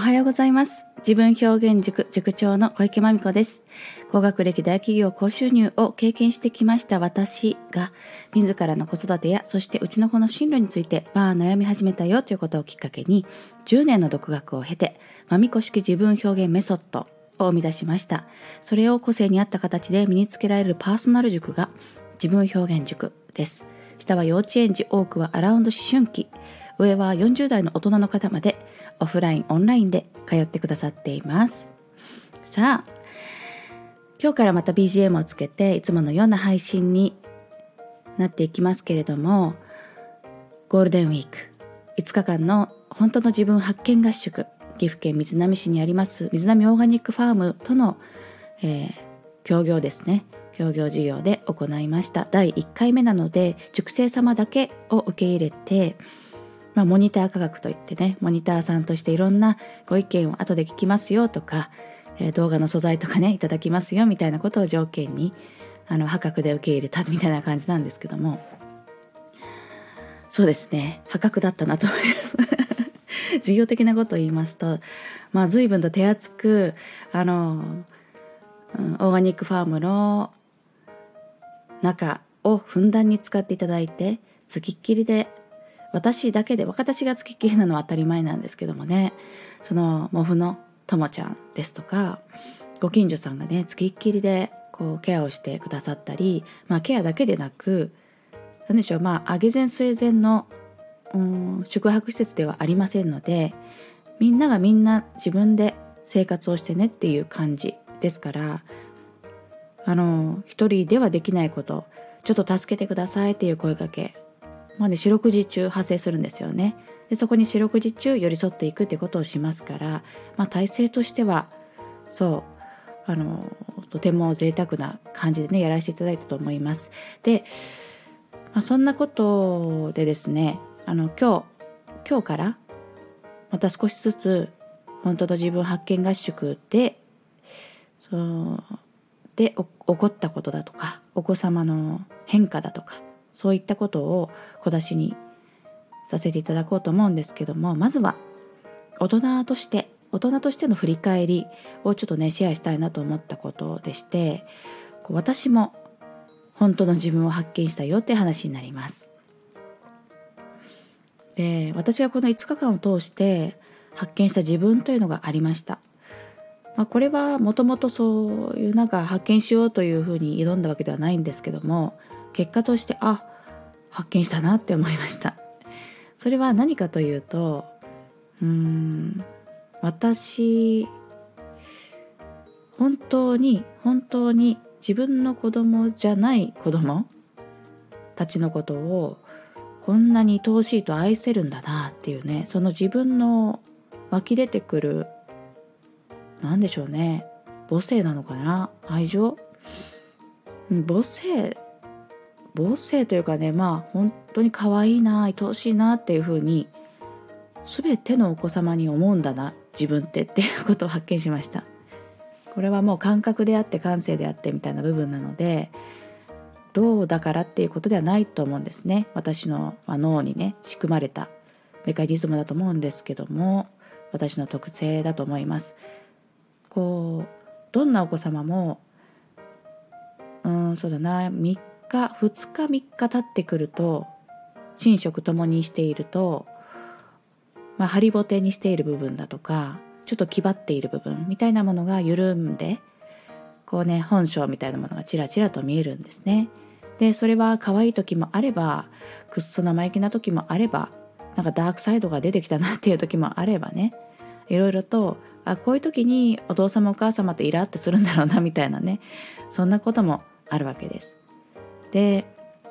はようございます。自分表現塾塾長の小池真美子です。高学歴大企業高収入を経験してきました私が、自らの子育てやそしてうちの子の進路について悩み始めたよということをきっかけに、10年の独学を経て真美子式自分表現メソッドを生み出しました。それを個性に合った形で身につけられるパーソナル塾が自分表現塾です。下は幼稚園児、多くはアラウンド思春期、上は40代の大人の方まで、オフラインオンラインで通ってくださっています。さあ、今日からまた BGM をつけていつものような配信になっていきますけれども、ゴールデンウィーク5日間の本当の自分発見合宿、岐阜県瑞浪市にあります瑞浪オーガニックファームとの、協業ですね、協業事業で行いました。第1回目なので塾生様だけを受け入れて、モニター価格といってね、モニターさんとしていろんなご意見を後で聞きますよとか、動画の素材とかねいただきますよみたいなことを条件に破格で受け入れたみたいな感じなんですけども、そうですね、破格だったなと思います事業的なことを言いますと、随分と手厚くオーガニックファームの中をふんだんに使っていただいて、付きっきりで私だけで、私が付きっきりなのは当たり前なんですけどもね、そのモフのともちゃんですとか、ご近所さんがね付きっきりでケアをしてくださったり、ケアだけでなく、なんでしょう、上げ前据え前の宿泊施設ではありませんので、みんながみんな自分で生活をしてねっていう感じですから、一人ではできないこと、ちょっと助けてくださいっていう声かけ、四六時中発生するんですよね。でそこに四六時中寄り添っていくっていうことをしますから、体制としてはとても贅沢な感じでねやらせていただいたと思います。で、そんなことでですね、今日からまた少しずつ本当の自分発見合宿で起こったことだとか、お子様の変化だとか、そういったことを小出しにさせていただこうと思うんですけども、まずは大人としての振り返りをちょっとねシェアしたいなと思ったことでして、私も本当の自分を発見したよって話になります。で、私がこの5日間を通して発見した自分というのがありました。これはもともとそういう発見しようというふうに挑んだわけではないんですけども、結果として発見したなって思いました。それは何かというと、私本当に自分の子供じゃない子供たちのことをこんなに愛おしいと愛せるんだなっていうね、その自分の湧き出てくる、なんでしょうね、母性なのかな、愛情、母性というかね、本当に可愛いな、愛おしいなっていうふうに全てのお子様に思うんだな自分っていうことを発見しました。これはもう感覚であって感性であってみたいな部分なので、どうだからっていうことではないと思うんですね。私の脳にね仕組まれたメカニズムだと思うんですけども、私の特性だと思います。どんなお子様もそうだな、2日3日経ってくると、寝食ともにしていると、ハリボテにしている部分だとか、ちょっと気張っている部分みたいなものが緩んで、本性みたいなものがちらちらと見えるんですね。でそれは可愛い時もあれば、くっそ生意気な時もあれば、ダークサイドが出てきたなっていう時もあればね、いろいろとこういう時にお父様お母様ってイラってするんだろうなみたいなね、そんなこともあるわけです。で、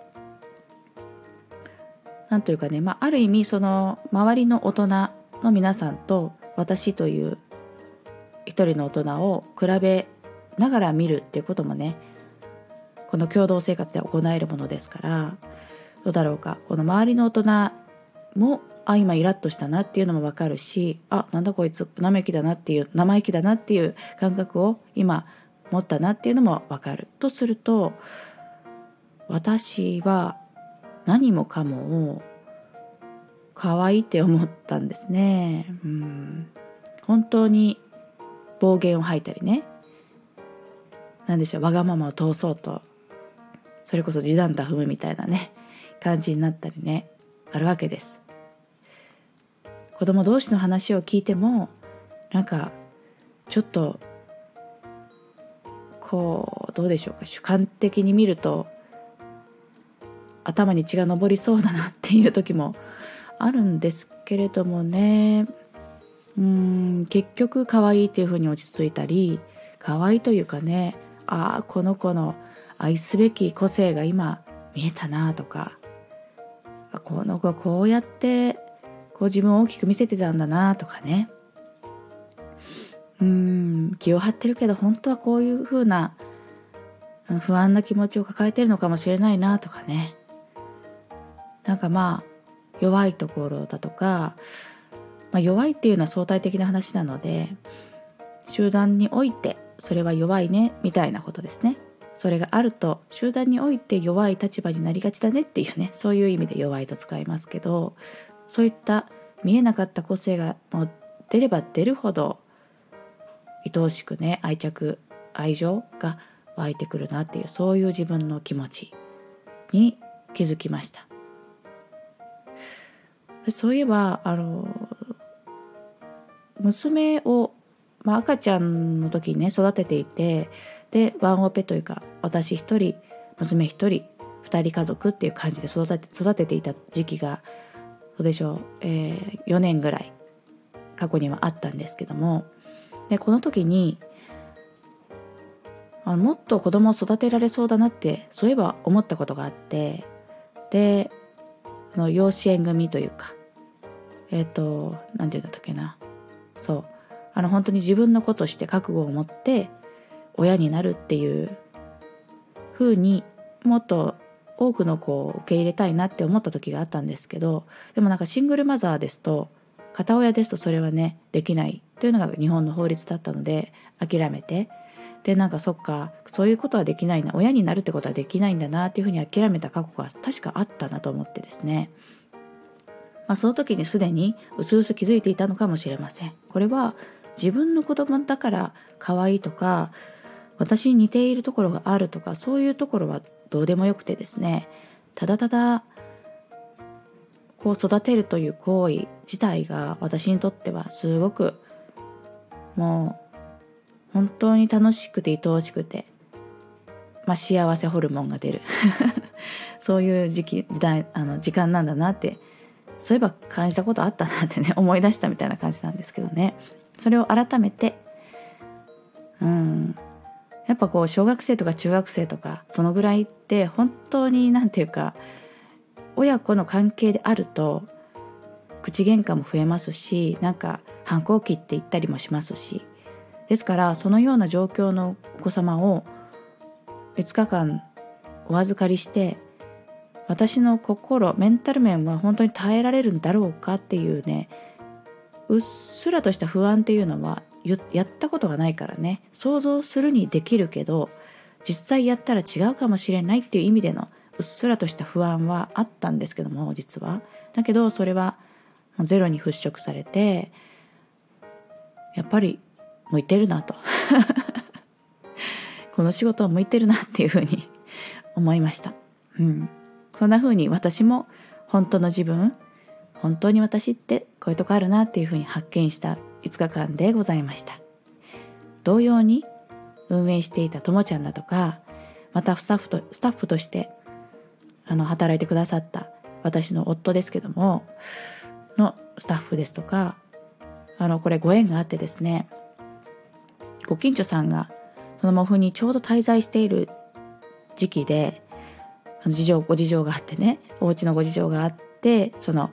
なんというかね、ある意味その周りの大人の皆さんと私という一人の大人を比べながら見るっていうこともね、この共同生活で行えるものですから、どうだろうか、この周りの大人も今イラッとしたなっていうのも分かるし、なんだこいつ生意気だなっていう感覚を今持ったなっていうのも分かるとすると、私は何もかも可愛いって思ったんですね。 本当に暴言を吐いたりね、なんでしょう、わがままを通そうと、それこそ地団太踏むみたいなね感じになったりね、あるわけです。子供同士の話を聞いてもなんかちょっとこうどうでしょうか、主観的に見ると頭に血が上りそうだなっていう時もあるんですけれどもね、結局可愛いっていう風に落ち着いたり、可愛いというかね、この子の愛すべき個性が今見えたなとか、この子こうやってこう自分を大きく見せてたんだなとかね、気を張ってるけど本当はこういう風な不安な気持ちを抱えてるのかもしれないなとかね、なんか弱いところだとか、弱いっていうのは相対的な話なので、集団においてそれは弱いねみたいなことですね。それがあると集団において弱い立場になりがちだねっていうね、そういう意味で弱いと使いますけど、そういった見えなかった個性がもう出れば出るほど愛おしくね、愛着愛情が湧いてくるなっていう、そういう自分の気持ちに気づきました。そういえば娘を、赤ちゃんの時にね育てていて、でワンオペというか、私一人娘一人二人家族っていう感じで育てていた時期がどうでしょう、4年ぐらい過去にはあったんですけども、でこの時にもっと子供を育てられそうだなってそういえば思ったことがあって、で養子縁組というか、なんていうんだったっけな、本当に自分の子として覚悟を持って親になるっていう風にもっと多くの子を受け入れたいなって思った時があったんですけど、でもシングルマザーですと、片親ですとそれはねできないというのが日本の法律だったので諦めて、でそっか、そういうことはできないな、親になるってことはできないんだなっていうふうに諦めた過去が確かあったなと思ってですね、その時にすでに薄々気づいていたのかもしれません。これは自分の子供だから可愛いとか、私に似ているところがあるとか、そういうところはどうでもよくてですね、ただただこう育てるという行為自体が私にとってはすごくもう本当に楽しくて愛おしくて、幸せホルモンが出るそういう時間なんだなって、そういえば感じたことあったなってね思い出したみたいな感じなんですけどね。それを改めてやっぱこう小学生とか中学生とかそのぐらいって本当に親子の関係であると口喧嘩も増えますし、反抗期って言ったりもしますし、ですからそのような状況のお子様を5日間お預かりして、私の心メンタル面は本当に耐えられるんだろうかっていうね、うっすらとした不安っていうのはやったことがないからね、想像するにできるけど実際やったら違うかもしれないっていう意味でのうっすらとした不安はあったんですけども、実はだけどそれはもうゼロに払拭されて、やっぱり向いてるなとこの仕事は向いてるなっていうふうに思いました。そんなふうに私も本当の自分、本当に私ってこういうとこあるなっていうふうに発見した5日間でございました。同様に運営していたともちゃんだとか、またスタッフとして働いてくださった私の夫ですけどものスタッフですとか、これご縁があってですね、ご近所さんがそのモフにちょうど滞在している時期で、ご事情があってね、お家のご事情があって、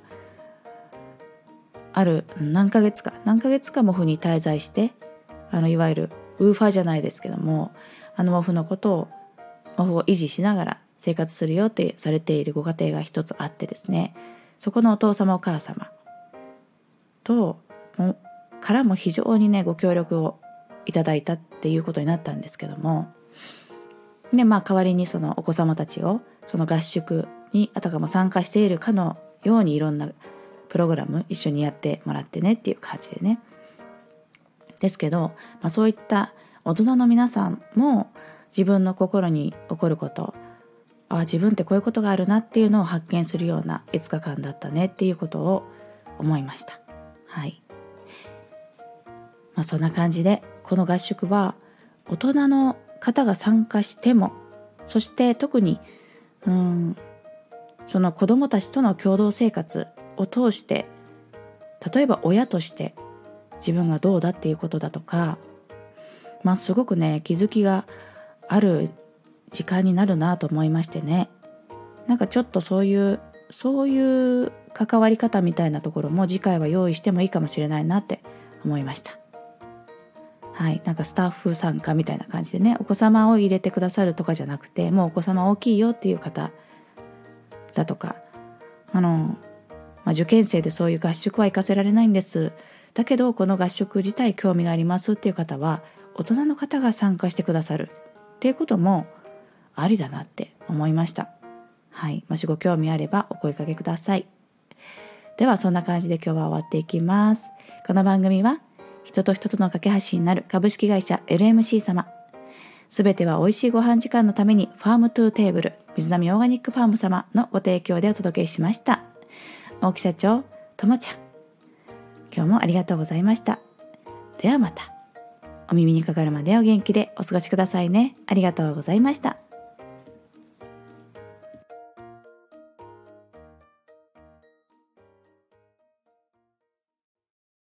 ある何ヶ月かモフに滞在して、いわゆるウーファーじゃないですけども、モフを維持しながら生活するよってされているご家庭が一つあってですね、そこのお父様お母様からも非常にねご協力をいただいたっていうことになったんですけども、で代わりにそのお子様たちをその合宿にあたかも参加しているかのようにいろんなプログラム一緒にやってもらってねっていう感じでね、 ですけど、そういった大人の皆さんも自分の心に起こること、自分ってこういうことがあるなっていうのを発見するような5日間だったねっていうことを思いました。はい。そんな感じで、この合宿は大人の方が参加しても、そして特にその子どもたちとの共同生活を通して、例えば親として自分がどうだっていうことだとか、すごくね気づきがある時間になるなと思いましてね。なんかちょっとそういう関わり方みたいなところも次回は用意してもいいかもしれないなって思いました。はい、なんかスタッフ参加みたいな感じでね、お子様を入れてくださるとかじゃなくて、もうお子様大きいよっていう方だとか、受験生でそういう合宿は行かせられないんです、だけどこの合宿自体興味がありますっていう方は、大人の方が参加してくださるっていうこともありだなって思いました。はい、もしご興味あればお声かけください。ではそんな感じで今日は終わっていきます。この番組は人と人との架け橋になる株式会社 LMC 様、すべては美味しいご飯時間のためにファームトゥーテーブル水波オーガニックファーム様のご提供でお届けしました。大木社長、ともちゃん、今日もありがとうございました。ではまたお耳にかかるまでお元気でお過ごしくださいね。ありがとうございました。